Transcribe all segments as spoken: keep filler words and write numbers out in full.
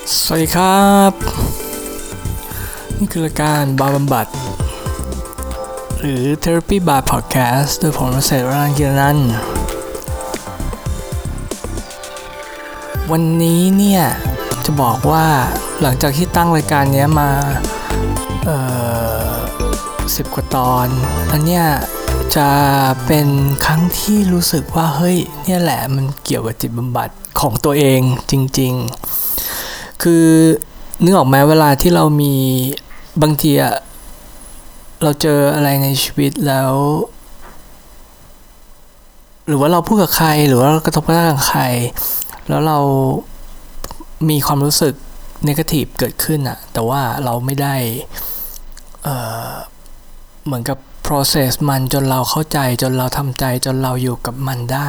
สวัสดีครับนี่คือรายการบาร์บำบัดหรือ Therapy Bar Podcast โดยผมรัศมี รังกิรนันท์วันนี้เนี่ยจะบอกว่าหลังจากที่ตั้งรายการนี้มาเอ่อสิบกว่าตอนอันเนี้ยจะเป็นครั้งที่รู้สึกว่าเฮ้ยเนี่ยแหละมันเกี่ยวกับจิตบำบัดของตัวเองจริงๆคือนึกออกไหมเวลาที่เรามีบางทีอะเราเจออะไรในชีวิตแล้วหรือว่าเราพูดกับใครหรือว่าเรากระทบกระทั่งกับใครแล้วเรามีความรู้สึกเนกาทีฟเกิดขึ้นอะแต่ว่าเราไม่ได้เอ่อเหมือนกับ process มันจนเราเข้าใจจนเราทำใจจนเราอยู่กับมันได้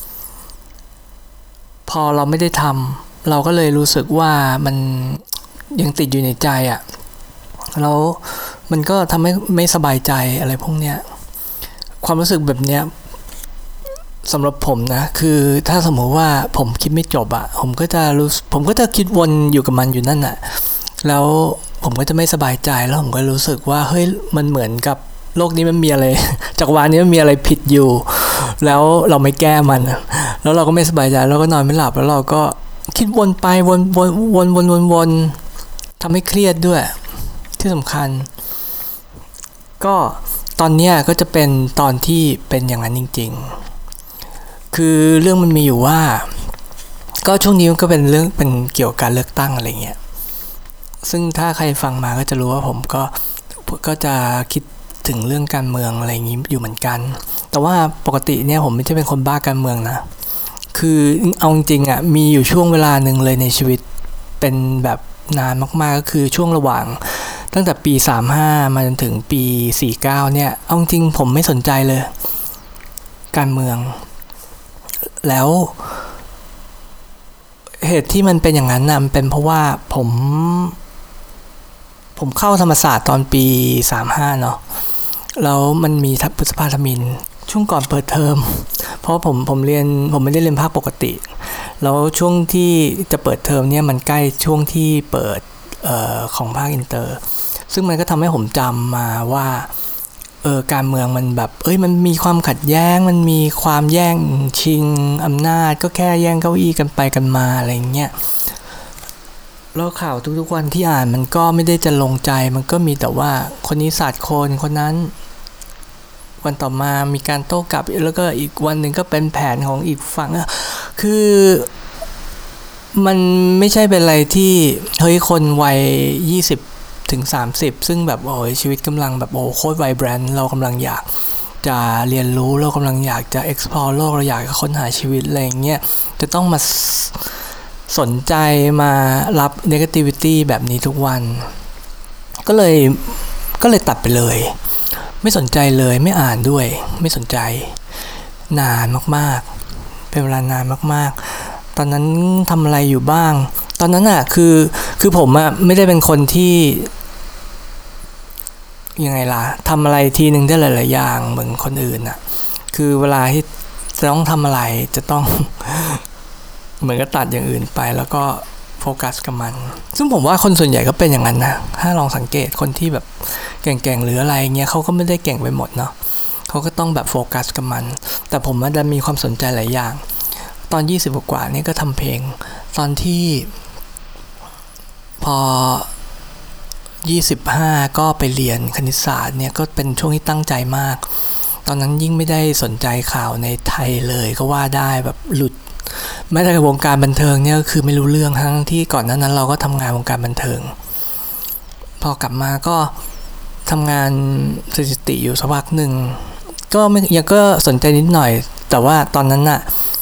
พอเราไม่ได้ทำเราก็เลยรู้สึกว่ามันยังติดอยู่ในใจอะแล้วมันก็ทำให้ไม่สบายใจอะไรพวกเนี้ยความรู้สึกแบบเนี้ยสำหรับผมนะคือถ้าสมมติว่าผมคิดไม่จบอะผมก็จะรู้ผมก็จะคิดวนอยู่กับมันอยู่นั่นน่ะแล้วผมก็จะไม่สบายใจแล้วผมก็รู้สึกว่าเฮ้ยมันเหมือนกับโลกนี้มันมีอะไรจักรวาลนี้มันมีอะไรผิดอยู่แล้วเราไม่แก้มันแล้วเราก็ไม่สบายใจแล้วก็นอนไม่หลับแล้วเราก็คิดวนไปวนวนวนวนวนวนทำให้เครียดด้วยที่สำคัญก็ตอนเนี้ยก็จะเป็นตอนที่เป็นอย่างนั้นจริงๆคือเรื่องมันมีอยู่ว่าก็ช่วงนี้ก็เป็นเรื่องเป็นเกี่ยวกับการเลือกตั้งอะไรเงี้ยซึ่งถ้าใครฟังมาก็จะรู้ว่าผมก็ก็จะคิดถึงเรื่องการเมืองอะไรอย่างนี้อยู่เหมือนกันแต่ว่าปกติเนี่ยผมไม่ใช่เป็นคนบ้าการเมืองนะคือเอาจริงๆอ่ะมีอยู่ช่วงเวลาหนึ่งเลยในชีวิตเป็นแบบนานมากๆก็คือช่วงระหว่างตั้งแต่ปีสามสิบห้ามาจนถึงปีสี่สิบเก้าเนี่ยเอาจริงผมไม่สนใจเลยการเมืองแล้วเหตุที่มันเป็นอย่างนั้นน่ะมันเป็นเพราะว่าผมผมเข้าธรรมศาสตร์ตอนปีสามสิบห้าเนาะแล้วมันมีทัพพฤษภาธมิฬช่วงก่อนเปิดเทอมเพราะผมผมเรียนผมไม่ได้เรียนภาคปกติแล้วช่วงที่จะเปิดเทอมเนี่ยมันใกล้ช่วงที่เปิดเอ่อของภาคอินเตอร์ซึ่งมันก็ทำให้ผมจำมาว่าเออการเมืองมันแบบเอ้ยมันมีความขัดแย้งมันมีความแย่งชิงอำนาจก็แค่แย่งเก้าอี้กันไปกันมาอะไรเงี้ยแล้วข่าวทุกๆวันที่อ่านมันก็ไม่ได้จะลงใจมันก็มีแต่ว่าคนนี้สาดคนคนนั้นวันต่อมามีการโต้กลับแล้วก็อีกวันหนึ่งก็เป็นแผนของอีกฝั่งคือมันไม่ใช่เป็นอะไรที่เฮ้ยคนวัยยี่สิบถึงสามสิบซึ่งแบบโอ้ยชีวิตกำลังแบบโอ้โคตรไวแบรนด์เรากำลังอยากจะเรียนรู้เรากำลังอยากจะ explore โลกเราอยากจะค้นหาชีวิตอะไรอย่างเงี้ยจะต้องมาสนใจมารับ negativity แบบนี้ทุกวันก็เลยก็เลยตัดไปเลยไม่สนใจเลยไม่อ่านด้วยไม่สนใจนานมากๆเป็นเวลานานมากๆตอนนั้นทำอะไรอยู่บ้างตอนนั้นอ่ะคือคือผมอ่ะไม่ได้เป็นคนที่ยังไงล่ะทำอะไรทีนึงได้หลายๆอย่างเหมือนคนอื่นอ่ะคือเวลาที่จะต้องทำอะไรจะต้อง เหมือนกับตัดอย่างอื่นไปแล้วก็โฟกัสกับมันซึ่งผมว่าคนส่วนใหญ่ก็เป็นอย่างนั้นนะถ้าลองสังเกตคนที่แบบเก่งๆหรืออะไรเงี้ยเขาก็ไม่ได้เก่งไปหมดเนาะเขาก็ต้องแบบโฟกัสกับมันแต่ผมมันจะมีความสนใจหลายอย่างตอนยี่สิบกว่านี่ก็ทำเพลงตอนที่พอยี่สิบห้าก็ไปเรียนคณิตศาสตร์เนี่ยก็เป็นช่วงที่ตั้งใจมากตอนนั้นยิ่งไม่ได้สนใจข่าวในไทยเลยก็ว่าได้แบบหลุดแม้แต่วงการบันเทิงเนี่ยก็คือไม่รู้เรื่องทั้งที่ก่อนหน้านั้นเราก็ทำงานวงการบันเทิงพอกลับมาก็ทำงานสถิติอยู่สักพักหนึ่งก็ไม่ยังก็สนใจนิดหน่อยแต่ว่าตอนนั้นน่ะ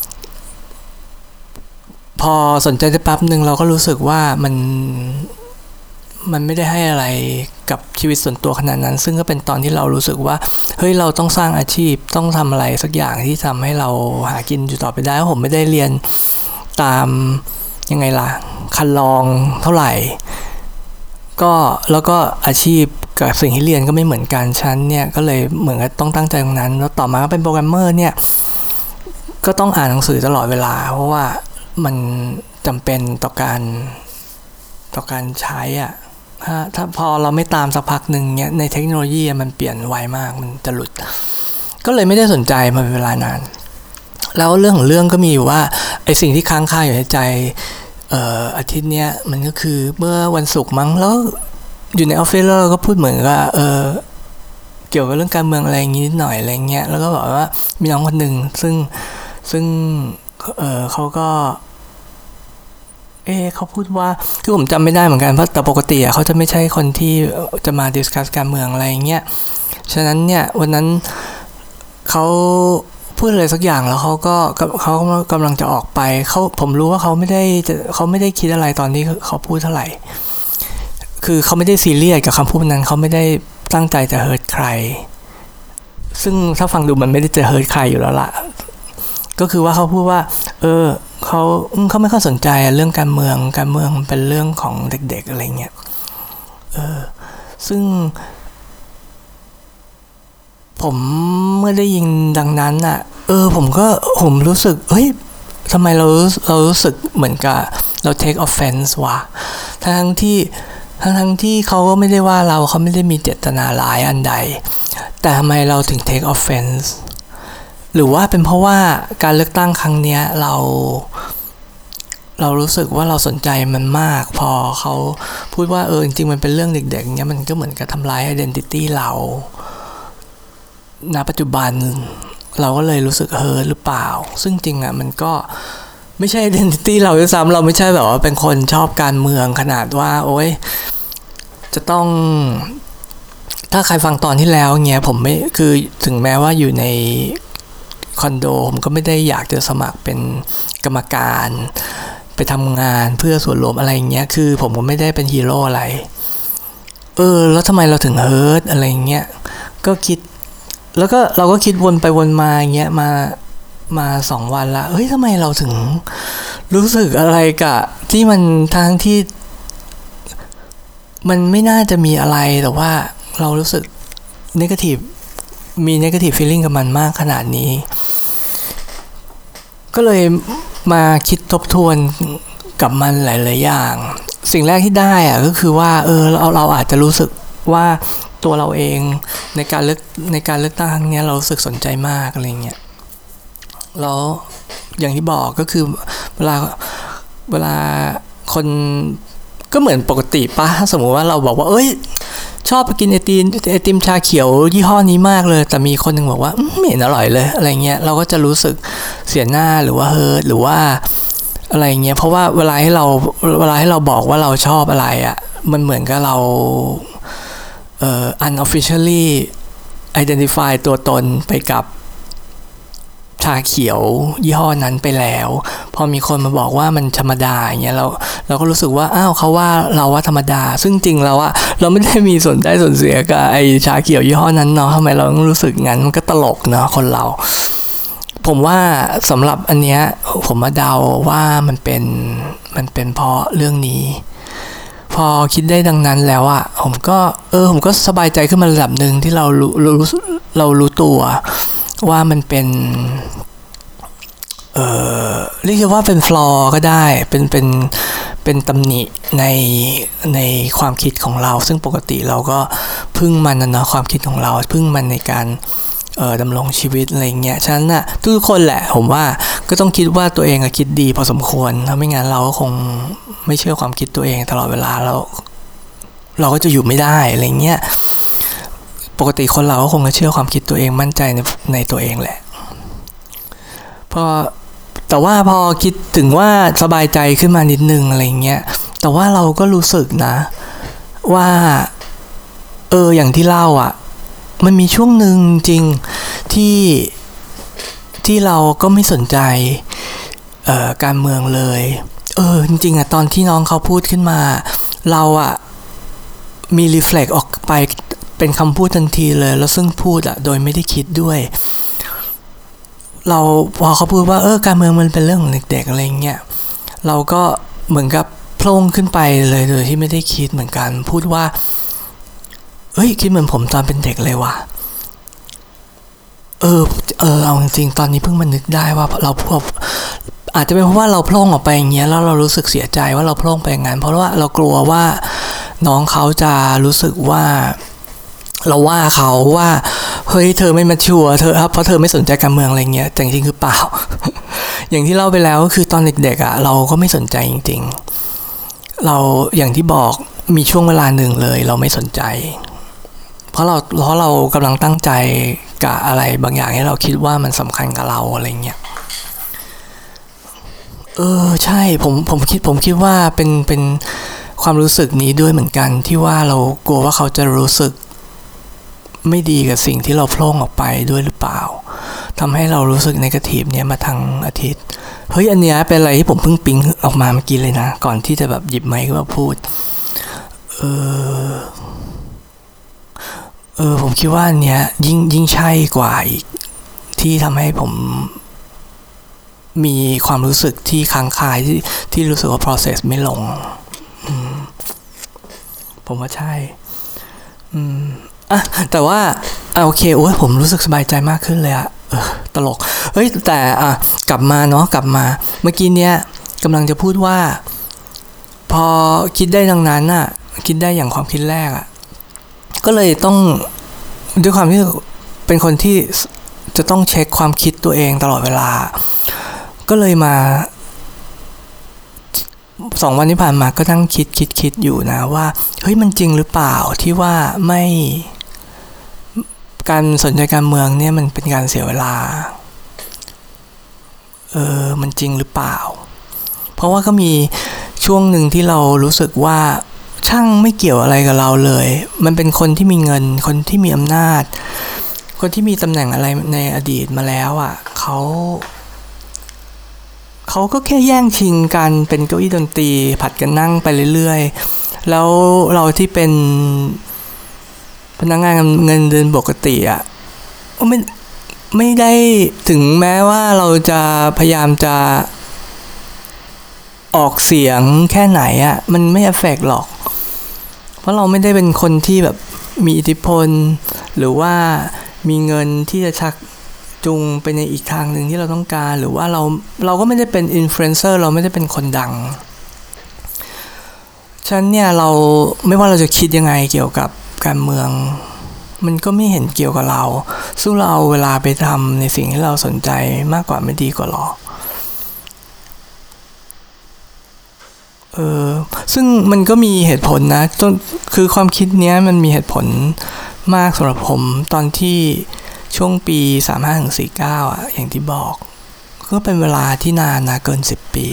พอสนใจได้ปั๊บหนึ่งเราก็รู้สึกว่ามันมันไม่ได้ให้อะไรกับชีวิตส่วนตัวขนาดนั้นซึ่งก็เป็นตอนที่เรารู้สึกว่าเฮ้ยเราต้องสร้างอาชีพต้องทำอะไรสักอย่างที่ทำให้เราหากินอยู่ต่อไปได้ผมไม่ได้เรียนตามยังไงล่ะคันลองเท่าไหร่ก็แล้วก็อาชีพกับสิ่งที่เรียนก็ไม่เหมือนกันชั้นเนี่ยก็เลยเหมือนกับต้องตั้งใจตรงนั้นแล้วต่อมาก็เป็นโปรแกรมเมอร์เนี่ยก็ต้องอ่านหนังสือตลอดเวลาเพราะว่ามันจำเป็นต่อการต่อการใช้อ่ะถ้าถ้าพอเราไม่ตามสักพักหนึ่งเนี้ยในเทคโนโลยีมันเปลี่ยนไวมากมันจะหลุดก็เลยไม่ได้สนใจมาเป็นเวลานานแล้วเรื่องของเรื่องก็มีอยู่ว่าไอสิ่งที่ค้างคาอยู่ในใจเอ่ออาทิตย์เนี้ยมันก็คือเมื่อวันศุกร์มั้งแล้วอยู่ในออฟฟิศแล้วเราก็พูดเหมือนกับเออเกี่ยวกับเรื่องการเมืองอะไรอย่างงี้นิดหน่อยอะไรเงี้ยแล้วก็บอกว่ามีน้องคนหนึ่งซึ่งซึ่งเออเขาก็เออเขาพูดว่าคือผมจำไม่ได้เหมือนกันเพราะแต่ปกติอ่ะเขาจะไม่ใช่คนที่จะมาดิสคัสการเมืองอะไรเงี้ยฉะนั้นเนี่ยวันนั้นเขาพูดอะไรสักอย่างแล้วเขาก็เขากำลังจะออกไปเขาผมรู้ว่าเขาไม่ได้จะเขาไม่ได้คิดอะไรตอนที่เขาพูดเท่าไหร่คือเขาไม่ได้ซีเรียสกับคำพูดนั้นเขาไม่ได้ตั้งใจจะเฮิร์ตใครซึ่งถ้าฟังดูมันไม่ได้จะเฮิร์ตใครอยู่แล้วล่ะก็คือว่าเขาพูดว่าเออเขาเขาไม่ค่อยสนใจเรื่องการเมืองการเมืองเป็นเรื่องของเด็กๆอะไรเงี้ยเออซึ่งผมเมื่อได้ยินดังนั้นอ่ะเออผมก็ผมรู้สึกเฮ้ยทำไมเราเรารู้สึกเหมือนกับเรา take offense ว่ะทั้งที่ทั้งทั้งที่เขาก็ไม่ได้ว่าเราเขาไม่ได้มีเจตนาร้ายอันใดแต่ทำไมเราถึง take offense หรือว่าเป็นเพราะว่าการเลือกตั้งครั้งเนี้ยเราเรารู้สึกว่าเราสนใจมันมากพอเขาพูดว่าเออจริงๆมันเป็นเรื่องเด็กๆเนี้ยมันก็เหมือนกับทำลาย identity เราณปัจจุบันเราก็เลยรู้สึกเฮิร์ตหรือเปล่าซึ่งจริงอ่ะมันก็ไม่ใช่ identity เราด้วยซ้ำเราไม่ใช่แบบว่าเป็นคนชอบการเมืองขนาดว่าโอ๊ยจะต้องถ้าใครฟังตอนที่แล้วเงี้ยผมไม่คือถึงแม้ว่าอยู่ในคอนโดผมก็ไม่ได้อยากจะสมัครเป็นกรรมการไปทำงานเพื่อส่วนรวมอะไรเงี้ยคือผมก็ไม่ได้เป็นฮีโร่อะไรเออแล้วทำไมเราถึงเฮิร์ตอะไรเงี้ยก็คิดแล้วก็เราก็คิดวนไปวนมาอย่างเงี้ยมามาสองวันละเฮ้ยทำไมเราถึงรู้สึกอะไรกับที่มันทั้งที่มันไม่น่าจะมีอะไรแต่ว่าเรารู้สึก negative มี negative feeling กับมันมากขนาดนี้ก็เลยมาคิดทบทวนกับมันหลายๆอย่างสิ่งแรกที่ได้อะก็คือว่าเออเราเราอาจจะรู้สึกว่าตัวเราเองในการเลือกในการเลือกตั้งเนี้ยเรารู้สึกสนใจมากอะไรเงี้ยแล้วอย่างที่บอกก็คือเวลาเวลาคนก็เหมือนปกติป่ะถ้าสมมติว่าเราบอกว่าเอ้ยชอบไปกินไอติมไอติมชาเขียวยี่ห้อนี้มากเลยแต่มีคนหนึ่งบอกว่าไม่เห็นอร่อยเลยอะไรเงี้ยเราก็จะรู้สึกเสียหน้าหรือว่าเฮิร์ตหรือว่าอะไรเงี้ยเพราะว่าเวลาให้เราเวลาให้เราบอกว่าเราชอบอะไรอ่ะมันเหมือนกับเราเอ่อ unofficially identify ตัวตนไปกับชาเขียวยี่ห้อนั้นไปแล้วพอมีคนมาบอกว่ามันธรรมดาอย่างเงี้ยเราเราก็รู้สึกว่าอ้าวเขาว่าเราว่าธรรมดาซึ่งจริงแล้วอะเราไม่ได้มีส่วนได้ส่วนเสียกับไอชาเขียวยี่ห้อนั้นเนาะทำไมเราต้องรู้สึกงั้นมันก็ตลกเนาะคนเราผมว่าสำหรับอันเนี้ยผมมาเดาว่ามันเป็นมันเป็นเพราะเรื่องนี้พอคิดได้ดังนั้นแล้วอะผมก็เออผมก็สบายใจขึ้นมาระดับหนึ่งที่เรารู้รู้เรารู้ตัวว่ามันเป็นเอ่อเรียกว่าเป็นฟลอร์ก็ได้เป็นเป็นเป็นตำหนิในในความคิดของเราซึ่งปกติเราก็พึ่งมันนะเนาะความคิดของเราพึ่งมันในการเอ่อดำรงชีวิตอะไรเงี้ยฉะนั้นน่ะทุกคนแหละผมว่าก็ต้องคิดว่าตัวเองอะคิดดีพอสมควรถ้าไม่งั้นเราก็คงไม่เชื่อความคิดตัวเองตลอดเวลาแล้วเราก็จะอยู่ไม่ได้อะไรเงี้ยปกติคนเราก็คงจะเชื่อความคิดตัวเองมั่นใจในในตัวเองแหละพอแต่ว่าพอคิดถึงว่าสบายใจขึ้นมานิดนึงอะไรเงี้ยแต่ว่าเราก็รู้สึกนะว่าเอออย่างที่เล่าอ่ะมันมีช่วงหนึ่งจริงที่ที่เราก็ไม่สนใจเอ่อการเมืองเลยเออจริงๆอ่ะตอนที่น้องเขาพูดขึ้นมาเราอ่ะมีรีเฟล็กออกไปเป็นคำพูดทันทีเลยแล้วซึ่งพูดอ่ะโดยไม่ได้คิดด้วยเราพอเขาพูดว่าเออการเมืองมันเป็นเรื่องของเด็กๆอะไรเงี้ยเราก็เหมือนกับโพล่งขึ้นไปเลยโดยที่ไม่ได้คิดเหมือนกันพูดว่าเฮ้ยคิดเหมือนผมตอนเป็นเด็กเลยว่ะเออเออเอาจริงๆตอนนี้เพิ่งมานึกได้ว่าเราพวกอาจจะเป็นเพราะว่าเราโพล่งออกไปอย่างเงี้ยแล้วเรารู้สึกเสียใจว่าเราโพล่งไปอย่างนั้นเพราะว่าเรากลัวว่าน้องเขาจะรู้สึกว่าเราว่าเขาว่าเฮ้ยเธอไม่มาชัวร์เธอครับเพราะเธอไม่สนใจการเมืองอะไรเงี้ยแต่จริงๆคือเปล่า อย่างที่เล่าไปแล้วก็คือตอนเด็กๆอ่ะเราก็ไม่สนใจจริงๆเราอย่างที่บอกมีช่วงเวลาหนึ่งเลยเราไม่สนใจเพราะเราเพราะเรากำลังตั้งใจกับอะไรบางอย่างที่เราคิดว่ามันสำคัญกับเราอะไรเงี้ยเออใช่ผมผมคิดผมคิดว่าเป็นเป็นความรู้สึกนี้ด้วยเหมือนกันที่ว่าเรากลัวว่าเขาจะรู้สึกไม่ดีกับสิ่งที่เราโพล่งออกไปด้วยหรือเปล่าทำให้เรารู้สึกเนกาทีฟเนี้ยมาทั้งอาทิตย์เฮ้ยอันเนี้ยเป็นอะไรที่ผมเพิ่งปิ๊งออกมาเมื่อกี้เลยนะก่อนที่จะแบบหยิบไมค์ขึ้นมาพูดเออเออผมคิดว่าอันเนี้ยยิ่งยิ่งใช่กว่าอีกที่ทำให้ผมมีความรู้สึกที่ค้างคาที่ที่รู้สึกว่า process ไม่ลงผมว่าใช่อืมอ่ะแต่ว่าอ่ะโอเคโอ้ยผมรู้สึกสบายใจมากขึ้นเลยอะเออตลกเฮ้ยแต่อ่ะกลับมาเนาะกลับมาเมื่อกี้เนี้ยกำลังจะพูดว่าพอคิดได้ดังนั้นน่ะคิดได้อย่างความคิดแรกอะก็เลยต้องด้วยความที่เป็นคนที่จะต้องเช็คความคิดตัวเองตลอดเวลาก็เลยมาสองวันที่ผ่านมาก็ตั้งคิดคิดคิดอยู่นะว่าเฮ้ยมันจริงหรือเปล่าที่ว่าไม่การสนใจการเมืองเนี่ยมันเป็นการเสียเวลาเออมันจริงหรือเปล่าเพราะว่าก็มีช่วงหนึ่งที่เรารู้สึกว่าช่างไม่เกี่ยวอะไรกับเราเลยมันเป็นคนที่มีเงินคนที่มีอำนาจคนที่มีตำแหน่งอะไรในอดีตมาแล้วอ่ะเขาเขาก็แค่แย่งชิงกันเป็นเก้าอี้ดนตรีผัดกันนั่งไปเรื่อยๆแล้วเราที่เป็นพนักงานเงินเดือนปกติอ่ะก็ไม่ไม่ได้ถึงแม้ว่าเราจะพยายามจะออกเสียงแค่ไหนอ่ะมันไม่เอฟเฟกต์หรอกเพราะเราไม่ได้เป็นคนที่แบบมีอิทธิพลหรือว่ามีเงินที่จะชักจูงไปในอีกทางหนึ่งที่เราต้องการหรือว่าเราเราก็ไม่ได้เป็นอินฟลูเอนเซอร์เราไม่ได้เป็นคนดังฉะนั้นเนี่ยเราไม่ว่าเราจะคิดยังไงเกี่ยวกับการเมืองมันก็ไม่เห็นเกี่ยวกับเราสู้เราเอาเวลาไปทำในสิ่งที่เราสนใจมากกว่าไม่ดีกว่าหรอเออซึ่งมันก็มีเหตุผลนะต้นคือความคิดเนี้ยมันมีเหตุผลมากสำหรับผมตอนที่ช่วงปีสามสิบห้าถึงสี่สิบเก้าอ่ะอย่างที่บอกก็เป็นเวลาที่นานนะเกินสิบปี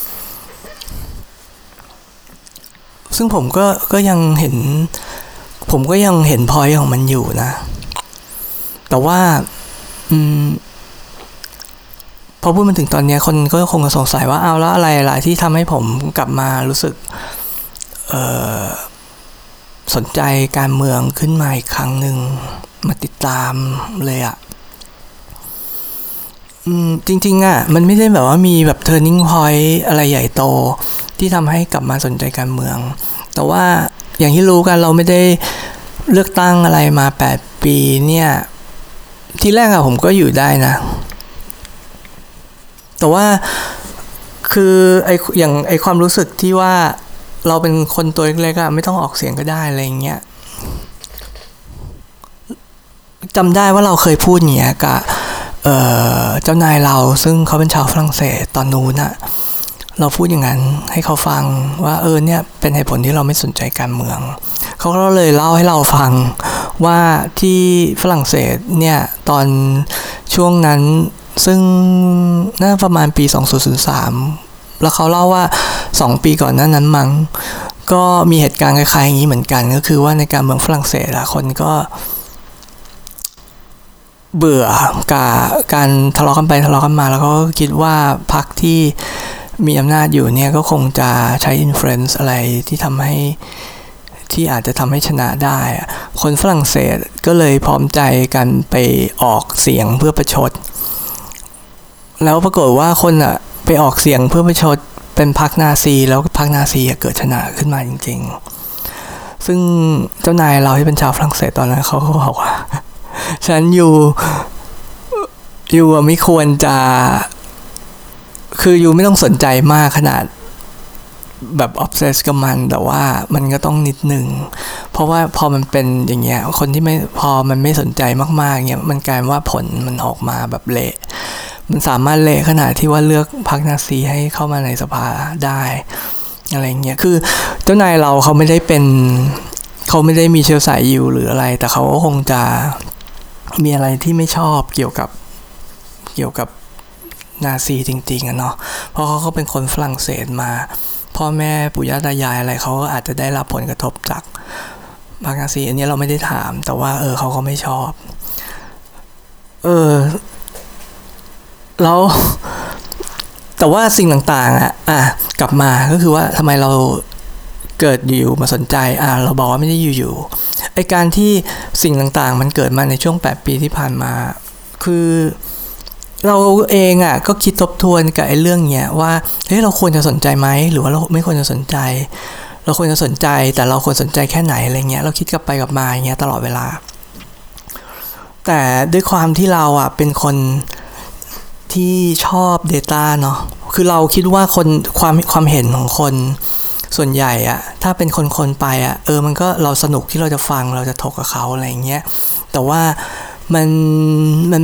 ซึ่งผมก็ก็ยังเห็นผมก็ยังเห็นพอยต์ของมันอยู่นะแต่ว่าอืมพอพูดมาถึงตอนนี้คนก็คงสงสัยว่าเอาแล้วอะไรล่ะที่ทำให้ผมกลับมารู้สึกเอ่อสนใจการเมืองขึ้นมาอีกครั้งหนึ่งมาติดตามเลยอ่ะอืมจริงๆอ่ะมันไม่ได้แบบว่ามีแบบ turning point อะไรใหญ่โตที่ทำให้กลับมาสนใจการเมืองแต่ว่าอย่างที่รู้กันเราไม่ได้เลือกตั้งอะไรมาแปดปีเนี่ยทีแรกอะผมก็อยู่ได้นะแต่ว่าคือไออย่างไอความรู้สึกที่ว่าเราเป็นคนตัวเล็กๆอะไม่ต้องออกเสียงก็ได้อะไรอย่างเงี้ยจำได้ว่าเราเคยพูดอย่างเงี้ยกับเอ่อเจ้านายเราซึ่งเขาเป็นชาวฝรั่งเศสตอนนู้นอะเราพูดอย่างนั้นให้เขาฟังว่าเออเนี่ยเป็นเหตุผลที่เราไม่สนใจการเมืองเขาก็เลยเล่าให้เราฟังว่าที่ฝรั่งเศสเนี่ยตอนช่วงนั้นซึ่งน่าประมาณปีสองพันสามแล้วเขาเล่าว่าสองปีก่อนหน้านั้นมั้งก็มีเหตุการณ์คล้ายๆอย่างนี้เหมือนกันก็คือว่าในการเมืองฝรั่งเศสอะคนก็เบื่อกับการทะเลาะกันไปทะเลาะกันมาแล้วก็คิดว่าพรรคที่มีอำนาจอยู่เนี่ยก็คงจะใช้อินฟลูเอนซ์อะไรที่ทำให้ที่อาจจะทำให้ชนะได้คนฝรั่งเศสก็เลยพร้อมใจกันไปออกเสียงเพื่อประชดแล้วปรากฏว่าคนอ่ะไปออกเสียงเพื่อประชดเป็นพรรคนาซีแล้วพรรคนาซีเกิดชนะขึ้นมาจริงๆซึ่งเจ้านายเราที่เป็นชาวฝรั่งเศสตอนนั้นเขาก็บอกว่าฉันอยู่อยู่ไม่ควรจะคืออยู่ไม่ต้องสนใจมากขนาดแบบออฟเซสกับมันแต่ว่ามันก็ต้องนิดนึงเพราะว่าพอมันเป็นอย่างเงี้ยคนที่ไม่พอมันไม่สนใจมากๆเงี้ยมันกลายว่าผลมันออกมาแบบเละมันสามารถเละขนาดที่ว่าเลือกพรรคนาซีให้เข้ามาในสภาได้อะไรเงี้ยคือเจ้านายเราเขาไม่ได้เป็นเขาไม่ได้มีเชื้อสายยิวหรืออะไรแต่เขาก็คงจะมีอะไรที่ไม่ชอบเกี่ยวกับเกี่ยวกับนาซีจริงๆอะเนาะเพราะเขาเขาเป็นคนฝรั่งเศสมาพ่อแม่ปู่ย่าตายายอะไรเขาก็อาจจะได้รับผลกระทบจากพรรคนาซีอันนี้เราไม่ได้ถามแต่ว่าเออเขาก็ไม่ชอบเออแล้วแต่ว่าสิ่งต่างๆอ่ะอ่ะกลับมาก็คือว่าทำไมเราเกิดอยู่มาสนใจอ่ะเราบอกว่าไม่ได้อยู่ๆไอการที่สิ่งต่างๆมันเกิดมาในช่วงแปดปีที่ผ่านมาคือเราเองอ่ะก็คิดทบทวนกับไอ้เรื่องเนี้ยว่าเฮ้ยเราควรจะสนใจไหมหรือว่าเราไม่ควรจะสนใจเราควรจะสนใจแต่เราควรสนใจแค่ไหนอะไรเงี้ยเราคิดกลับไปกลับมาอย่างเงี้ยตลอดเวลาแต่ด้วยความที่เราอ่ะเป็นคนที่ชอบ data เนาะคือเราคิดว่าคนความความเห็นของคนส่วนใหญ่อ่ะถ้าเป็นคนๆไปอ่ะเออมันก็เราสนุกที่เราจะฟังเราจะถกกับเขาอะไรเงี้ยแต่ว่ามันมัน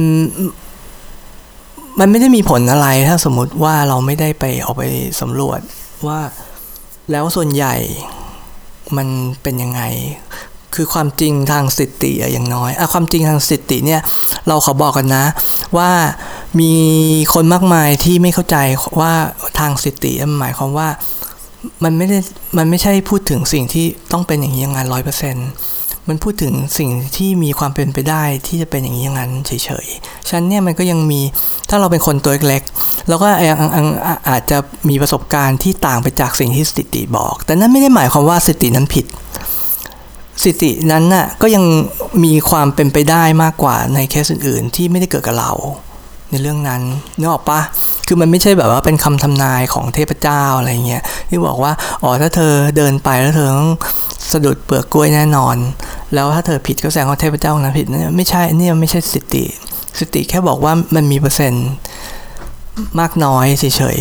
มันไม่ได้มีผลอะไรถ้าสมมุติว่าเราไม่ได้ไปออกไปสำรวจว่าแล้วส่วนใหญ่มันเป็นยังไงคือความจริงทางสถิติอย่างน้อยอะความจริงทางสถิติเนี่ยเราขอบอกกันนะว่ามีคนมากมายที่ไม่เข้าใจว่าทางสถิติหมายความว่ามันไม่ได้มันไม่ใช่พูดถึงสิ่งที่ต้องเป็นอย่างนี้อย่างนั้น ร้อยเปอร์เซ็นต์ มันพูดถึงสิ่งที่มีความเป็นไปได้ที่จะเป็นอย่างนี้อย่างนั้นเฉยๆฉะนั้นเนี่ยมันก็ยังมีถ้าเราเป็นคนตัวเล็กๆเราก็อาจจะมีประสบการณ์ที่ต่างไปจากสิ่งที่สถิติบอกแต่นั่นไม่ได้หมายความว่าสถิตินั้นผิดสถิตินั้นน่ะก็ยังมีความเป็นไปได้มากกว่าในเคสอื่นๆที่ไม่ได้เกิดกับเราในเรื่องนั้นนึกออกปะคือมันไม่ใช่แบบว่าเป็นคำทำนายของเทพเจ้าอะไรเงี้ยที่บอกว่าอ๋อถ้าเธอเดินไปแล้วเธอต้องสะดุดเปลือกกล้วยแน่นอนแล้วถ้าเธอผิดก็แสดงว่าเทพเจ้านั้นผิดนี่ไม่ใช่นี่ไม่ใช่สถิติสถิติแค่บอกว่ามันมีเปอร์เซ็นต์มากน้อยเฉย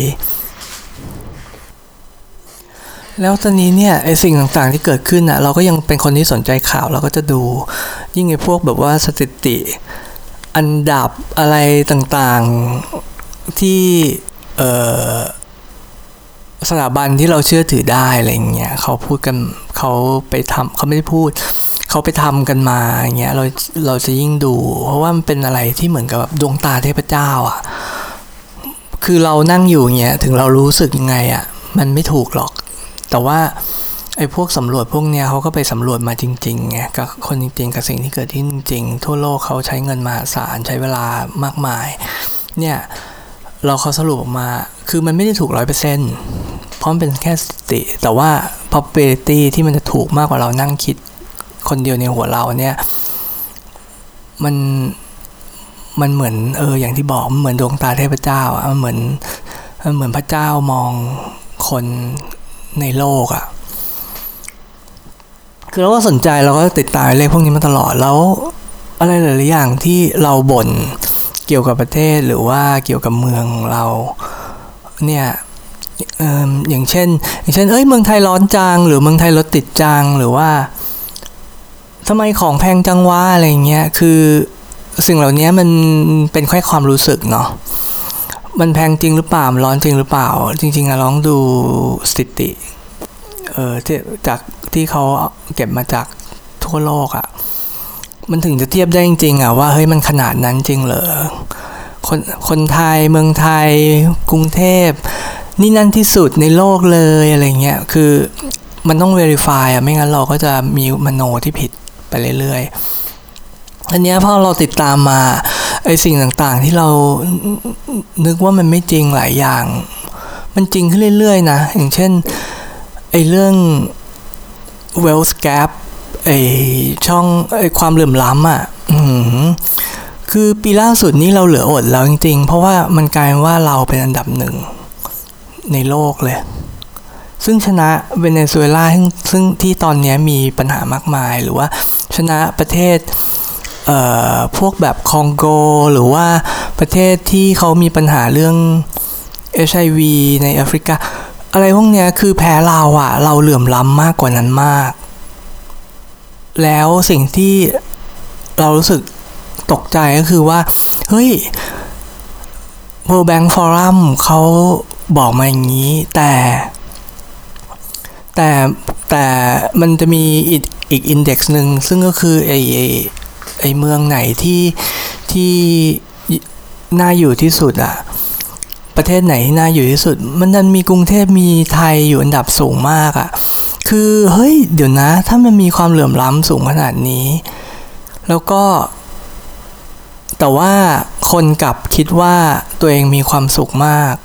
ๆแล้วตอนนี้เนี่ยไอสิ่งต่างๆที่เกิดขึ้นอ่ะเราก็ยังเป็นคนที่สนใจข่าวเราก็จะดูยิ่งไอพวกแบบว่าสถิติอันดับอะไรต่างๆที่เอ่อสถาบันที่เราเชื่อถือได้อะไรเงี้ยเขาพูดกันเขาไปทำเขาไม่ได้พูดเขาไปทำกันมาอย่างเงี้ยเราเราจะยิ่งดูเพราะว่ามันเป็นอะไรที่เหมือนกับดวงตาเทพเจ้าอ่ะคือเรานั่งอยู่เงี้ยถึงเรารู้สึกยังไงอ่ะมันไม่ถูกหรอกแต่ว่าไอ้พวกสำรวจพวกเนี้ยเขาก็ไปสำรวจมาจริงๆไงกับคนจริงๆกับสิ่งที่เกิดขึ้นจริงๆทั่วโลกเขาใช้เงินมหาศาลใช้เวลามากมายเนี่ยเราเขาสรุปออกมาคือมันไม่ได้ถูก ร้อยเปอร์เซ็นต์ เพราะมันเป็นแค่สถิติแต่ว่า probability ที่มันจะถูกมากกว่าเรานั่งคิดคนเดียวในหัวเราเนี่ยมันมันเหมือนเอออย่างที่บอกมันเหมือนดวงตาเทพเจ้าอ่ะมันเหมือนมันเหมือนพระเจ้ามองคนในโลกอ่ะคือเราก็สนใจเราก็ติดตามเรื่องพวกนี้มาตลอดแล้วอะไรหลายๆอย่างที่เราบ่นเกี่ยวกับประเทศหรือว่าเกี่ยวกับเมืองเราเนี่ยเอ่ออย่างเช่นอย่างเช่นเอ้ยเมืองไทยร้อนจังหรือเมืองไทยรถติดจังหรือว่าทำไมของแพงจังวะอะไรเงี้ยคือสิ่งเหล่านี้มันเป็นแค่ความรู้สึกเนาะมันแพงจริงหรือเปล่าร้อนจริงหรือเปล่าจริงๆอะลองดูสถิติเออที่จากที่เขาเก็บมาจากทั่วโลกอะมันถึงจะเทียบได้จริงๆอะว่าเฮ้ยมันขนาดนั้นจริงเหรอคนคนไทยเมืองไทยกรุงเทพนี่นั่นที่สุดในโลกเลยอะไรเงี้ยคือมันต้อง verify อะไม่งั้นเราก็จะมีมโนที่ผิดไปเรื่อยๆอันนี้พอเราติดตามมาไอสิ่งต่างๆที่เรานึกว่ามันไม่จริงหลายอย่างมันจริงขึ้นเรื่อยๆนะอย่างเช่นไอเรื่อง wealth gap ไอช่องไอความเหลื่อมล้ำอ่ะคือปีล่าสุดนี้เราเหลืออดแล้วจริงๆเพราะว่ามันกลายว่าเราเป็นอันดับหนึ่งในโลกเลยซึ่งชนะเวเนซุเอลาซึ่งที่ตอนนี้มีปัญหามากมายหรือว่าชนะประเทศเอ่อพวกแบบคองโกหรือว่าประเทศที่เขามีปัญหาเรื่องเอช ไอ วี ในแอฟริกาอะไรพวกเนี้ยคือแพ้เราอะเราเหลื่อมล้ำมากกว่านั้นมากแล้วสิ่งที่เรารู้สึกตกใจก็คือว่าเฮ้ย World Bank Forum เขาบอกมาอย่างนี้แต่แต่แต่มันจะมีอีกอีกอินเด็กซ์หนึ่งซึ่งก็คือไอไอไอเมืองไหนที่ที่น่าอยู่ที่สุดอะประเทศไหนที่น่าอยู่ที่สุดมันดันมีกรุงเทพมีไทยอยู่อันดับสูงมากอะคือเฮ้ยเดี๋ยวนะถ้ามันมีความเหลื่อมล้ำสูงขนาดนี้แล้วก็แต่ว่าคนกลับคิดว่าตัวเองมีความสุขมาก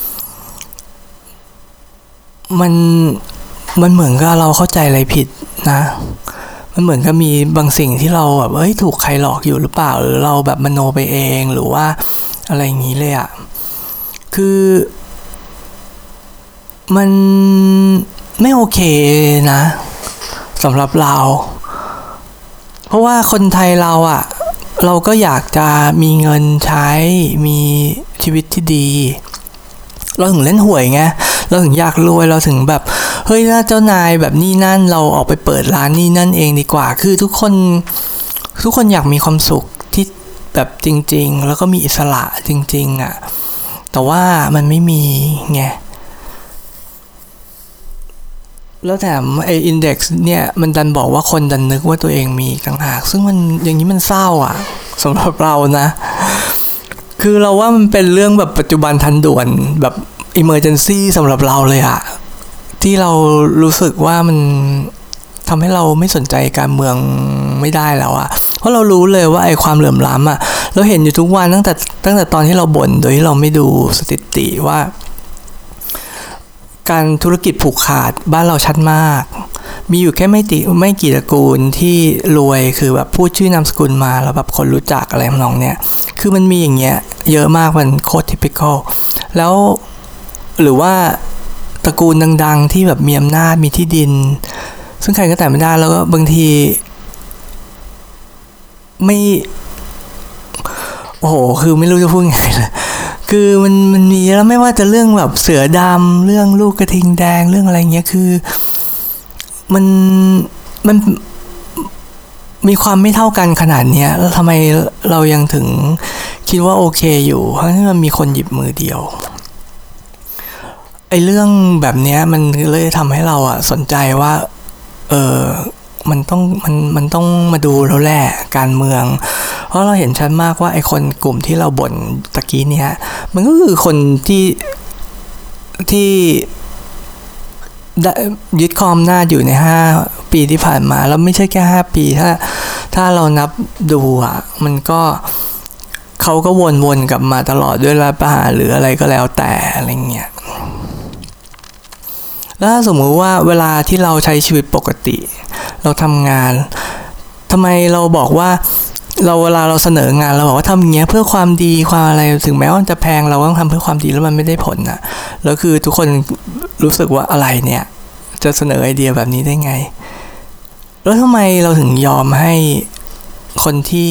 มันมันเหมือนกับเราเข้าใจอะไรผิดนะมันเหมือนกับมีบางสิ่งที่เราแบบเอ้ยถูกใครหลอกอยู่หรือเปล่าหรือเราแบบมโนไปเองหรือว่าอะไรอย่างนี้เลยอะคือมันไม่โอเคนะสำหรับเราเพราะว่าคนไทยเราอะเราก็อยากจะมีเงินใช้มีชีวิตที่ดีเราถึงเล่นหวยไงเราถึงอยากรวยเราถึงแบบเฮ้ยถ้าเจ้านายแบบนี่นั่นเราออกไปเปิดร้านนี่นั่นเองดีกว่าคือทุกคนทุกคนอยากมีความสุขที่แบบจริงๆแล้วก็มีอิสระจริงๆอ่ะแต่ว่ามันไม่มีไงแล้วแถมไอ้อินเด็กซ์เนี่ยมันดันบอกว่าคนดันนึกว่าตัวเองมีต่างหากซึ่งมันอย่างนี้มันเศร้าอ่ะสำหรับเรานะคือเราว่ามันเป็นเรื่องแบบปัจจุบันทันด่วนแบบ emergency สำหรับเราเลยอะที่เรารู้สึกว่ามันทำให้เราไม่สนใจการเมืองไม่ได้แล้วอะเพราะเรารู้เลยว่าไอ้ความเหลื่อมล้ำอะเราเห็นอยู่ทุกวันตั้งแต่ตั้งแต่ตอนที่เราบ่นโดยที่เราไม่ดูสถิติว่าการธุรกิจผูกขาดบ้านเราชัดมากมีอยู่แค่ไม่ติไม่กี่ตระกูลที่รวยคือแบบพูดชื่อนามสกุลมาแล้วแบบคนรู้จักอะไรทำนองเนี้ยคือมันมีอย่างเงี้ยเยอะมากมันโคตร typical แล้วหรือว่าตระกูลดังๆที่แบบมีอำนาจมีที่ดินซึ่งใครก็แต่ไม่ได้แล้วก็บางทีไม่โอ้โหคือไม่รู้จะพูดไงเลยคือมันมันมีแล้วไม่ว่าจะเรื่องแบบเสือดำเรื่องลูกกระทิงแดงเรื่องอะไรเงี้ยคือมันมันมีความไม่เท่ากันขนาดนี้แล้วทำไมเรายังถึงคิดว่าโอเคอยู่เพราะที่มันมีคนหยิบมือเดียวไอ้เรื่องแบบนี้มันเลยทำให้เราอะสนใจว่าเออมันต้องมันมันต้องมาดูแล้วแหละการเมืองเพราะเราเห็นชัดมากว่าไอ้คนกลุ่มที่เราบ่นตะกี้เนี้ยมันก็คือคนที่ที่ยึดครองอำนาจอยู่ในห้าปีที่ผ่านมาแล้วไม่ใช่แค่ห้าปีถ้าถ้าเรานับดูอ่ะมันก็เขาก็วนๆกลับมาตลอดด้วยรัฐประหารหรืออะไรก็แล้วแต่อะไรเงี้ยแล้วสมมุติว่าเวลาที่เราใช้ชีวิตปกติเราทำงานทำไมเราบอกว่าเราเวลาเราเสนองานเราบอกว่าทำอย่างเงี้ยเพื่อความดีความอะไรถึงแม้ว่าจะแพงเราก็ต้องทำเพื่อความดีแล้วมันไม่ได้ผลนะแล้วคือทุกคนรู้สึกว่าอะไรเนี่ยจะเสนอไอเดียแบบนี้ได้ไงแล้วทำไมเราถึงยอมให้คนที่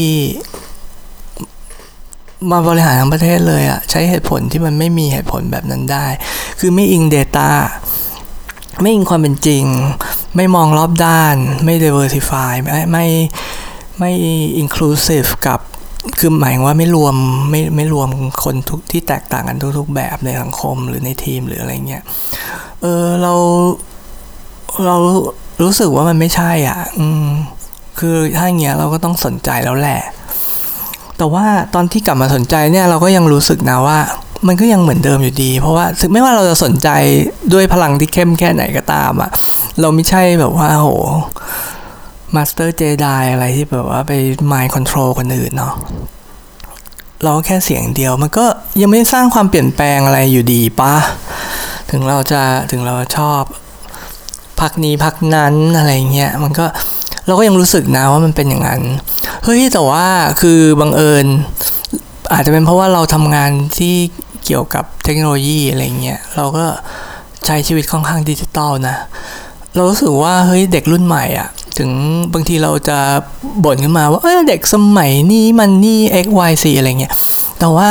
มาบริหารทั้งประเทศเลยอะใช้เหตุผลที่มันไม่มีเหตุผลแบบนั้นได้คือไม่อิง data ไม่อิงความเป็นจริงไม่มองรอบด้านไม่ diversify ไม่ไม่ไม่ inclusive กับคือหมายว่าไม่รวมไม่ไม่รวมคนทุกที่แตกต่างกันทุกๆแบบในสังคมหรือในทีมหรืออะไรเงี้ยเออเราเรารู้สึกว่ามันไม่ใช่อ่ะอืมคือถ้าอย่างเงี้ยเราก็ต้องสนใจแล้วแหละแต่ว่าตอนที่กลับมาสนใจเนี่ยเราก็ยังรู้สึกนะว่ามันก็ยังเหมือนเดิมอยู่ดีเพราะว่าถึงไม่ว่าเราจะสนใจด้วยพลังที่เข้มแค่ไหนก็ตามอ่ะเราไม่ใช่แบบว่าโหมาสเตอร์เจไดอะไรที่แบบว่าไปมายคอนโทรลคนอื่นเนาะเราแค่เสียงเดียวมันก็ยังไม่สร้างความเปลี่ยนแปลงอะไรอยู่ดีปะถึงเราจะถึงเราชอบพักนี้พักนั้นอะไรเงี้ยมันก็เราก็ยังรู้สึกนะว่ามันเป็นอย่างนั้นเฮ้ยแต่ว่าคือบังเอิญอาจจะเป็นเพราะว่าเราทำงานที่เกี่ยวกับเทคโนโลยีอะไรเงี้ยเราก็ใช้ชีวิตค่อนข้างดิจิตอลนะเรารู้สึกว่าเฮ้ยเด็กรุ่นใหม่อ่ะถึงบางทีเราจะบ่นขึ้นมาว่าเอ้ยเด็กสมัยนี้มันนี่ x y z อะไรเงี้ยแต่ว่า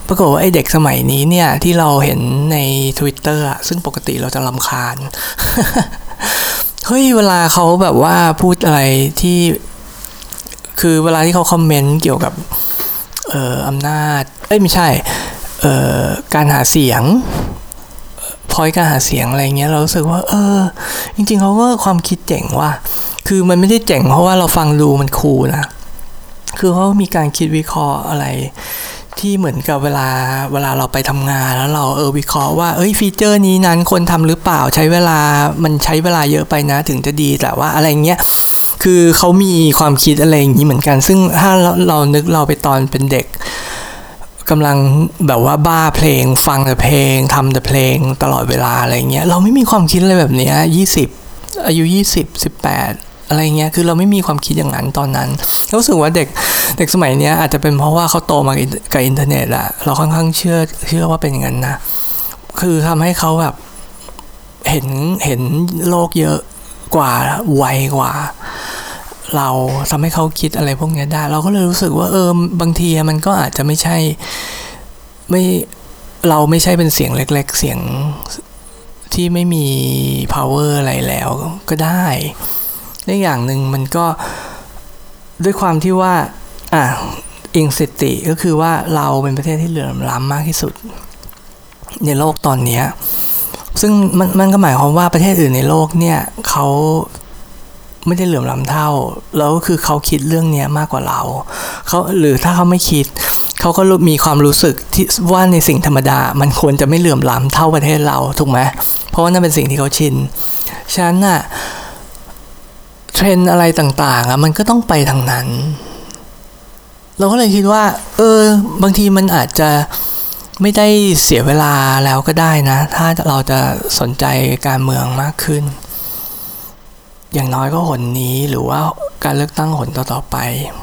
ปรากฏว่าไอ้เด็กสมัยนี้เนี่ยที่เราเห็นใน Twitter อ่ะซึ่งปกติเราจะรำคาญ เฮ้ยเวลาเขาแบบว่าพูดอะไรที่คือเวลาที่เขาคอมเมนต์เกี่ยวกับเอ่ออำนาจเอ้ยไม่ใช่เอ่อการหาเสียงพอยการหาเสียงอะไรเงี้ยเรารู้สึกว่าเออจริงๆเขาก็ความคิดเจ๋งว่ะคือมันไม่ได้เจ๋งเพราะว่าเราฟังดูมันคูลนะคือเขามีการคิดวิเคราะห์อะไรที่เหมือนกับเวลาเวลาเราไปทำงานแล้วเราเออวิเคราะห์ว่าเอ้ยฟีเจอร์นี้นั้นคนทำหรือเปล่าใช้เวลามันใช้เวลาเยอะไปนะถึงจะดีแต่ว่าอะไรเงี้ยคือเขามีความคิดอะไรอย่างนี้เหมือนกันซึ่งถ้าเราเรานึกเราไปตอนเป็นเด็กกำลังแบบว่าบ้าเพลงฟังแต่เพลงทำแต่เพลงตลอดเวลาอะไรเงี้ยเราไม่มีความคิดอะไรแบบนี้ยี่สิบอายุยี่สิบ สิบแปดอะไรเงี้ยคือเราไม่มีความคิดอย่างนั้นตอนนั้นรู้สึกว่าเด็กเด็กสมัยนี้อาจจะเป็นเพราะว่าเขาโตมากับอินเทอร์เน็ตอะเราค่อนข้างเชื่อเชื่อว่าเป็นอย่างนั้นนะคือทำให้เขาแบบเห็นเห็นโลกเยอะกว่าไวกว่าเราทำให้เขาคิดอะไรพวกนี้ได้เราก็เลยรู้สึกว่าเออบางทีมันก็อาจจะไม่ใช่ไม่เราไม่ใช่เป็นเสียงเล็กๆเสียงที่ไม่มี power อะไรแล้วก็ได้ได้อย่างหนึ่งมันก็ด้วยความที่ว่าอ่ะอิงสิติก็คือว่าเราเป็นประเทศที่เหลื่อมล้ำมากที่สุดในโลกตอนนี้ซึ่งมันมันก็หมายความว่าประเทศอื่นในโลกเนี่ยเขาไม่ได้เหลื่อมล้ำเท่าแล้วคือเขาคิดเรื่องนี้มากกว่าเราเขาหรือถ้าเขาไม่คิดเขาก็มีความรู้สึกที่ว่าในสิ่งธรรมดามันควรจะไม่เหลื่อมล้ำเท่าประเทศเราถูกไหมเพราะว่านั่นเป็นสิ่งที่เขาชินฉะนั้นน่ะเทรนด์อะไรต่างๆอ่ะมันก็ต้องไปทางนั้นเราก็เลยคิดว่าเออบางทีมันอาจจะไม่ได้เสียเวลาแล้วก็ได้นะถ้าเราจะสนใจการเมืองมากขึ้นอย่างน้อยก็หนนี้หรือว่าการเลือกตั้งหนต่อๆไป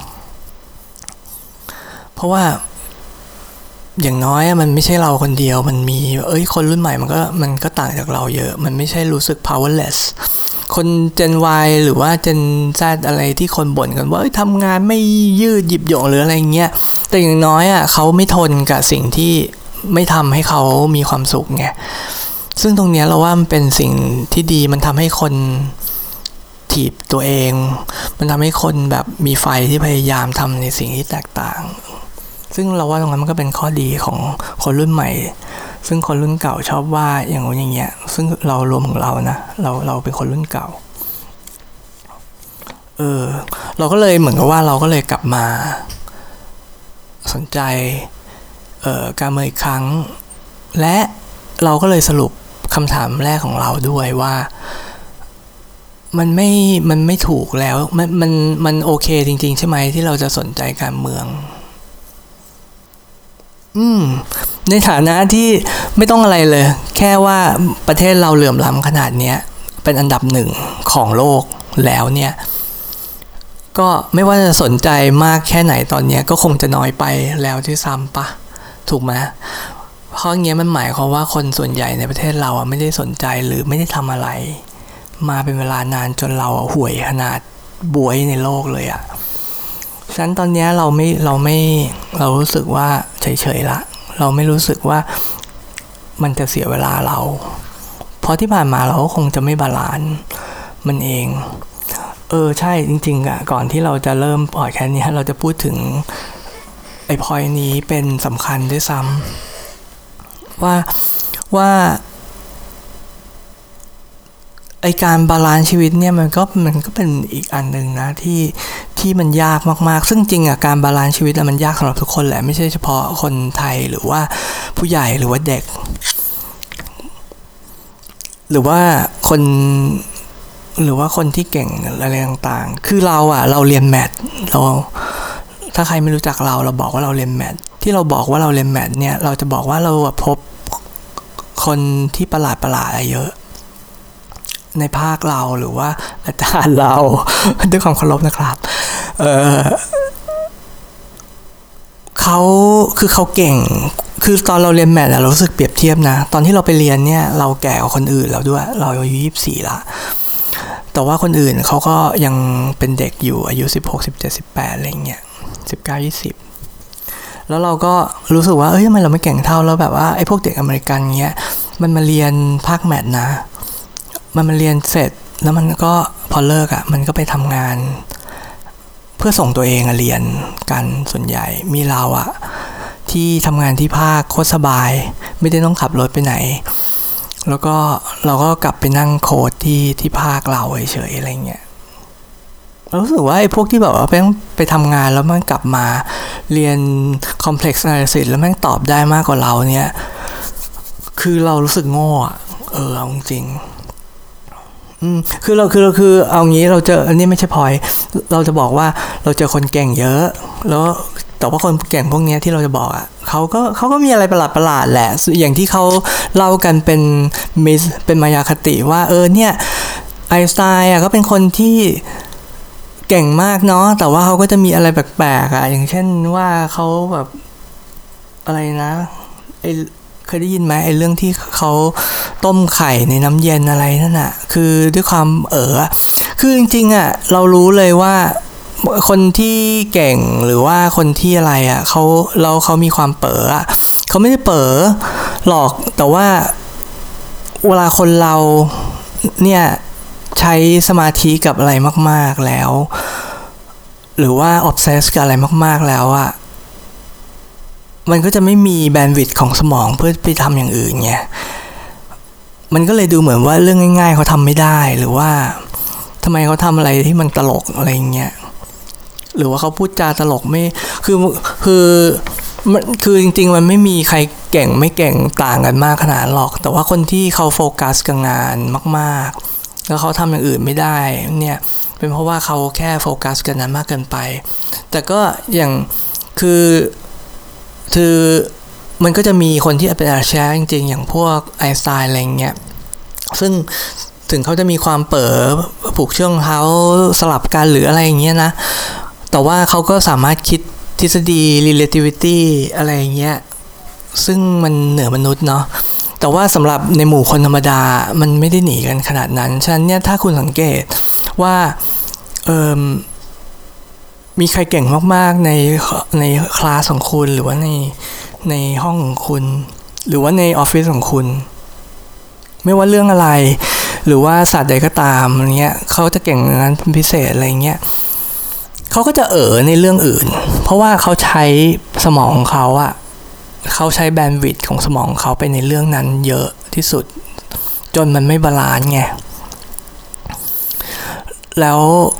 เพราะว่าอย่างน้อยมันไม่ใช่เราคนเดียวมันมีเอ้ยคนรุ่นใหม่มันก็มันก็ต่างจากเราเยอะมันไม่ใช่รู้สึก powerless คน Gen Y หรือว่า Gen Z อะไรที่คนบ่นกันว่าทำงานไม่ยืดหยิบหยงหรืออะไรเงี้ยแต่อย่างน้อยอ่ะเขาไม่ทนกับสิ่งที่ไม่ทำให้เขามีความสุขไงซึ่งตรงเนี้ยเราว่ามันเป็นสิ่งที่ดีมันทำให้คนถีบตัวเองมันทำให้คนแบบมีไฟที่พยายามทำในสิ่งที่แตกต่างซึ่งเราว่าตรงนั้นมันก็เป็นข้อดีของคนรุ่นใหม่ซึ่งคนรุ่นเก่าชอบว่าอย่างนู้นอย่างเงี้ยซึ่งเรารวมของเรานะเราเราเป็นคนรุ่นเก่าเออเราก็เลยเหมือนกับว่าเราก็เลยกลับมาสนใจเอ่อการเมืองอีกครั้งและเราก็เลยสรุปคำถามแรกของเราด้วยว่ามันไม่มันไม่ถูกแล้วมันมันมันโอเคจริงๆใช่ไหมที่เราจะสนใจการเมืองอืมในฐานะที่ไม่ต้องอะไรเลยแค่ว่าประเทศเราเหลื่อมล้ำขนาดเนี้ยเป็นอันดับหนึ่งของโลกแล้วเนี่ยก็ไม่ว่าจะสนใจมากแค่ไหนตอนนี้ก็คงจะน้อยไปแล้วที่ซ้ำปะถูกไหมเพราะงี้มันหมายความว่าคนส่วนใหญ่ในประเทศเราอ่ะไม่ได้สนใจหรือไม่ได้ทำอะไรมาเป็นเวลานานจนเราห่วยขนาดบวยในโลกเลยอ่ะฉะนั้นตอนนี้เราไม่เราไม่เรารู้สึกว่าเฉยๆละเราไม่รู้สึกว่ามันจะเสียเวลาเราเพราะที่ผ่านมาเราก็คงจะไม่บาลานซ์มันเองเออใช่จริงๆอ่ะก่อนที่เราจะเริ่มพอดแคสต์นี้เราจะพูดถึงไอ้พอยต์นี้เป็นสำคัญด้วยซ้ำว่าว่าไอการบาลานซ์ชีวิตเนี่ยมันก็มันก็เป็นอีกอันหนึ่งนะที่ที่มันยากมากๆซึ่งจริงอ่ะการบาลานซ์ชีวิตมันยากสำหรับทุกคนแหละไม่ใช่เฉพาะคนไทยหรือว่าผู้ใหญ่หรือว่าเด็กหรือว่าคนหรือว่าคนที่เก่งอะไรต่างๆคือเราอ่ะเราเรียนแมทเราถ้าใครไม่รู้จักเราเราบอกว่าเราเรียนแมทที่เราบอกว่าเราเรียนแมทเนี่ยเราจะบอกว่าเราพบคนที่ประหลาดประหลาดเยอะในภาคเราหรือว่าอาจารย์เราด้วยความเคารพนะครับเออเขาคือเขาเก่งคือตอนเราเรียนแมทเรารู้สึกเปรียบเทียบนะตอนที่เราไปเรียนเนี่ยเราแก่กว่าคนอื่นแล้วด้วยเราอายุยี่สิบสี่ละแต่ว่าคนอื่นเขาก็ยังเป็นเด็กอยู่อายุสิบหก สิบเจ็ด สิบแปดอะไรเงี้ยสิบเก้า ยี่สิบแล้วเราก็รู้สึกว่าเอ้ยทำไมเราไม่เก่งเท่าแล้วแบบว่าไอ้พวกเด็กอเมริกันเงี้ยมันมาเรียนภาคแมทนะมันมาเรียนเสร็จแล้วมันก็พอเลิกอ่ะมันก็ไปทำงานเพื่อส่งตัวเองอะเรียนกันส่วนใหญ่มีเราอะที่ทำงานที่ภาคโคตรสบายไม่ได้ต้องขับรถไปไหนแล้วก็เราก็กลับไปนั่งโค้ดที่ที่ภาคเราเฉยๆอะไรเงี้ยรู้สึกว่าไอ้พวกที่แบบว่าไปไปทำงานแล้วมันกลับมาเรียน complex analysis แล้วแม่งตอบได้มากกว่าเราเนี่ยคือเรารู้สึกโง่อะเออเอาจริงอืมคือเราคือเราคือเอางี้เราเจออันนี้ไม่ใช่พอยเราจะบอกว่าเราเจอคนเก่งเยอะแล้วแต่ว่าคนเก่งพวกนี้ที่เราจะบอกอ่ะเขาก็เขาก็มีอะไรประหลาดประหลาดแหละอย่างที่เขาเล่ากันเป็นมิสเป็นมายาคติว่าเออเนี่ยไอน์สไตน์อ่ะก็เป็นคนที่เก่งมากเนาะแต่ว่าเขาก็จะมีอะไรแปลกๆอ่ะอย่างเช่นว่าเขาแบบอะไรนะไอเคยได้ยินไหมไอ้เรื่องที่เขาต้มไข่ในน้ำเย็นอะไรนั่นน่ะคือด้วยความเออคือจริงๆอ่ะเรารู้เลยว่าคนที่เก่งหรือว่าคนที่อะไรอ่ะเขาเราเขามีความเป๋ออ่ะเขาไม่ได้เป๋อหรอกแต่ว่าเวลาคนเราเนี่ยใช้สมาธิกับอะไรมากๆแล้วหรือว่าออบเซสกับอะไรมากๆแล้วอ่ะมันก็จะไม่มีแบนด์วิดต์ของสมองเพื่อไปทำอย่างอื่นไงมันก็เลยดูเหมือนว่าเรื่องง่ายๆเขาทำไม่ได้หรือว่าทำไมเขาทำอะไรที่มันตลกอะไรเงี้ยหรือว่าเขาพูดจาตลกไม่คือคือคือจริงๆมันไม่มีใครเก่งไม่เก่งต่างกันมากขนาดหรอกแต่ว่าคนที่เขาโฟกัสกับงานมากๆแล้วเขาทำอย่างอื่นไม่ได้เนี่ยเป็นเพราะว่าเขาแค่โฟกัสกับนั้นมากเกินไปแต่ก็อย่างคือคือมันก็จะมีคนที่เป็นอาร์แชร์จริงๆอย่างพวกไอน์สไตน์อะไรเงี้ยซึ่งถึงเขาจะมีความเป๋อผูกเชือกเท้าสลับกันหรืออะไรอย่างเงี้ยนะแต่ว่าเขาก็สามารถคิดทฤษฎี relativity อะไรอย่างเงี้ยซึ่งมันเหนือมนุษย์เนาะแต่ว่าสำหรับในหมู่คนธรรมดามันไม่ได้หนีกันขนาดนั้นฉะนั้นเนี่ยถ้าคุณสังเกตว่าเอ่อมีใครเก่งมากๆในในคลาสของคุณหรือว่าในในห้องของคุณหรือว่าในออฟฟิศของคุณไม่ว่าเรื่องอะไรหรือว่าศาสตร์ใดก็ตามเงี้ยเขาจะเก่งงานพิเศษอะไรเงี้ยเขาก็จะเอ๋อในเรื่องอื่นเพราะว่าเขาใช้สมองของเขาอะเขาใช้แบนด์วิดต์ของสมองของเขาไปในเรื่องนั้นเยอะที่สุดจนมันไม่บาลานซ์ไงแล้ว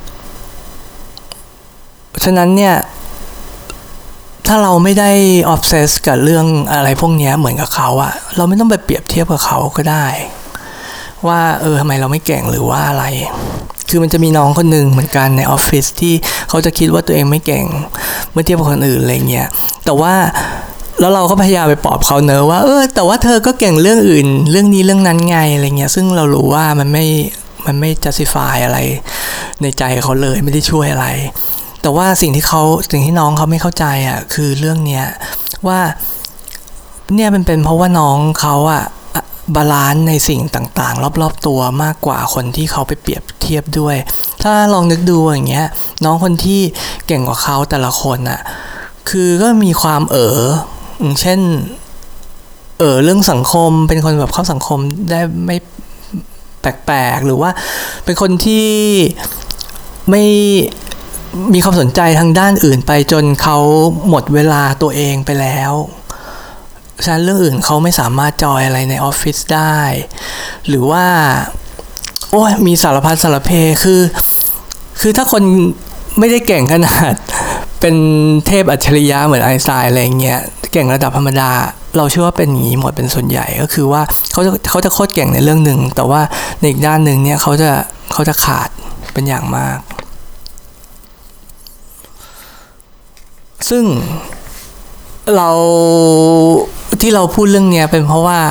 ฉะนั้นเนี่ยถ้าเราไม่ได้ออฟเซสกับเรื่องอะไรพวกนี้เหมือนกับเขาอะเราไม่ต้องไปเปรียบเทียบกับเขาก็ได้ว่าเออทำไมเราไม่เก่งหรือว่าอะไรคือมันจะมีน้องคนหนึ่งเหมือนกันในออฟฟิศที่เขาจะคิดว่าตัวเองไม่เก่งเมื่อเทียบกับคนอื่นอะไรเงี้ยแต่ว่าแล้วเราก็พยายามไปปลอบเขาเนอะว่าเออแต่ว่าเธอก็เก่งเรื่องอื่นเรื่องนี้เรื่องนั้นไงอะไรเงี้ยซึ่งเรารู้ว่ามันไม่มันไม่ justify อะไรในใจเขาเลยไม่ได้ช่วยอะไรแต่ว่าสิ่งที่เขาสิ่งที่น้องเขาไม่เข้าใจอ่ะคือเรื่องเนี้ยว่าเนี่ยมันเป็นเพราะว่าน้องเขาอ่ะบาลานซ์ในสิ่งต่างๆรอบๆตัวมากกว่าคนที่เขาไปเปรียบเทียบด้วยถ้าลองนึกดูอย่างเงี้ยน้องคนที่เก่งกว่าเขาแต่ละคนอ่ะคือก็มีความเอ๋ออย่างเช่นเออเรื่องสังคมเป็นคนแบบเข้าสังคมได้ไม่แปลกๆหรือว่าเป็นคนที่ไม่มีความสนใจทางด้านอื่นไปจนเขาหมดเวลาตัวเองไปแล้วฉะนั้นเรื่องอื่นเขาไม่สามารถจอยอะไรในออฟฟิศได้หรือว่าโอ้ยมีสารพัดสารเพคือคือถ้าคนไม่ได้เก่งขนาดเป็นเทพอัจฉริยะเหมือนไอน์สไตน์อะไรเงี้ยเก่งระดับธรรมดาเราเชื่อว่าเป็นอย่างนี้หมดเป็นส่วนใหญ่ก็คือว่าเขาจะเขาจะโคตรเก่งในเรื่องหนึ่งแต่ว่าในอีกด้านหนึ่งเนี่ยเขาจะเขาจะขาดเป็นอย่างมากซึ่งเราที่เราพูดเรื่องเนี้ยเป็นเพราะว่า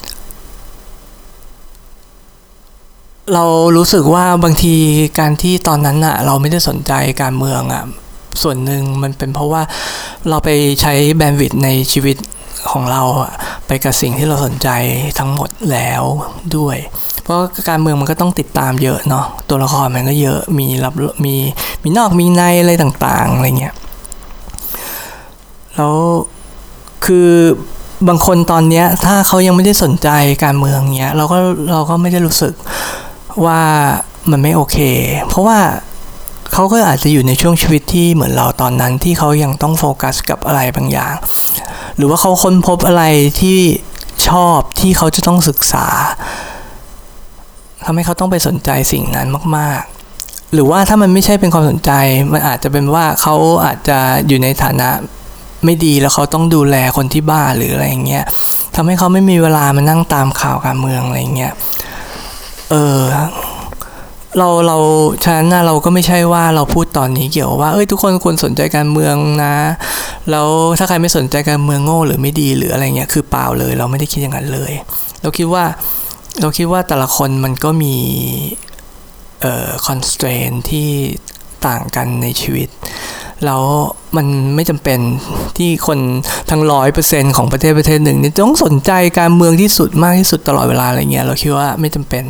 เรารู้สึกว่าบางทีการที่ตอนนั้นอะเราไม่ได้สนใจการเมืองอะส่วนหนึ่งมันเป็นเพราะว่าเราไปใช้แบนด์วิดต์ในชีวิตของเราไปกับสิ่งที่เราสนใจทั้งหมดแล้วด้วยเพราะการเมืองมันก็ต้องติดตามเยอะเนาะตัวละครมันก็เยอะมีรับมีมีนอกมีในอะไรต่างๆอะไรเงี้ยแล้วคือบางคนตอนเนี้ยถ้าเขายังไม่ได้สนใจการเมืองเนี้ยเราก็เราก็ไม่ได้รู้สึกว่ามันไม่โอเคเพราะว่าเขาก็อาจจะอยู่ในช่วงชีวิตที่เหมือนเราตอนนั้นที่เขายังต้องโฟกัสกับอะไรบางอย่างหรือว่าเขาค้นพบอะไรที่ชอบที่เขาจะต้องศึกษาทำให้เขาต้องไปสนใจสิ่งนั้นมากๆหรือว่าถ้ามันไม่ใช่เป็นความสนใจมันอาจจะเป็นว่าเขาอาจจะอยู่ในฐานะไม่ดีแล้วเขาต้องดูแลคนที่บ้านหรืออะไรอย่างเงี้ยทำให้เขาไม่มีเวลามานั่งตามข่าวการเมืองอะไรอย่างเงี้ยเออเราเราฉะนั้นนะเราก็ไม่ใช่ว่าเราพูดตอนนี้เกี่ยวว่าเอ้ยทุกคนควรสนใจการเมืองนะแล้วถ้าใครไม่สนใจการเมืองโง่หรือไม่ดีหรืออะไรเงี้ยคือเปล่าเลยเราไม่ได้คิดอย่างนั้นเลยเราคิดว่าเราคิดว่าแต่ละคนมันก็มีเอ่อ constraint ที่ต่างกันในชีวิตแล้วมันไม่จำเป็นที่คนทั้งร้อยเปอร์เซ็นต์ของประเทศประเทศหนึ่งนี่ต้องสนใจการเมืองที่สุดมากที่สุดตลอดเวลาอะไรเงี้ยเราคิดว่าไม่จำเป็น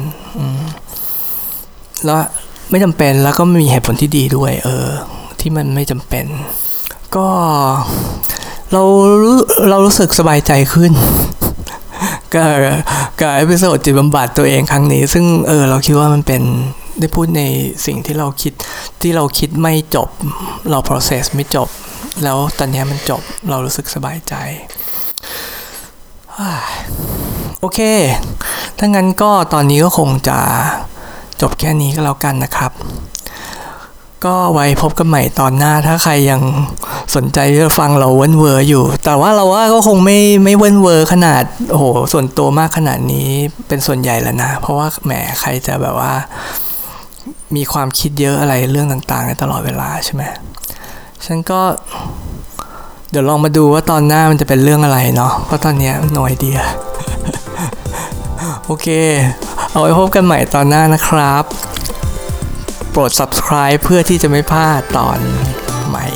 แล้วไม่จำเป็นแล้วก็มีเหตุผลที่ดีด้วยเออที่มันไม่จำเป็นก็เราเรารู้สึกสบายใจขึ้นกับกับเอพิโซดจิตบำบัดตัวเองครั้งนี้ซึ่งเออเราคิดว่ามันเป็นได้พูดในสิ่งที่เราคิดที่เราคิดไม่จบเรา process ไม่จบแล้วตอนนี้มันจบเรารู้สึกสบายใจโอเคถ้างั้นก็ตอนนี้ก็คงจะจบแค่นี้ก็แล้วกันนะครับก็ไว้พบกันใหม่ตอนหน้าถ้าใครยังสนใจจะฟังเราเว้นเวอร์อยู่แต่ว่าเราว่าก็คงไม่ไม่เว้นเวอร์ขนาดโอ้โหส่วนตัวมากขนาดนี้เป็นส่วนใหญ่แล้วนะเพราะว่าแหมใครจะแบบว่ามีความคิดเยอะอะไรเรื่องต่างๆในตลอดเวลาใช่ไหมฉันก็เดี๋ยวลองมาดูว่าตอนหน้ามันจะเป็นเรื่องอะไรเนาะเพราะตอนนี้น้อยเดียโอเคเอาไว้พบกันใหม่ตอนหน้านะครับโปรด subscribe เพื่อที่จะไม่พลาดตอนใหม่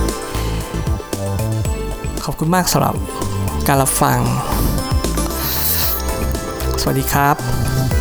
ขอบคุณมากสำหรับการรับฟังสวัสดีครับ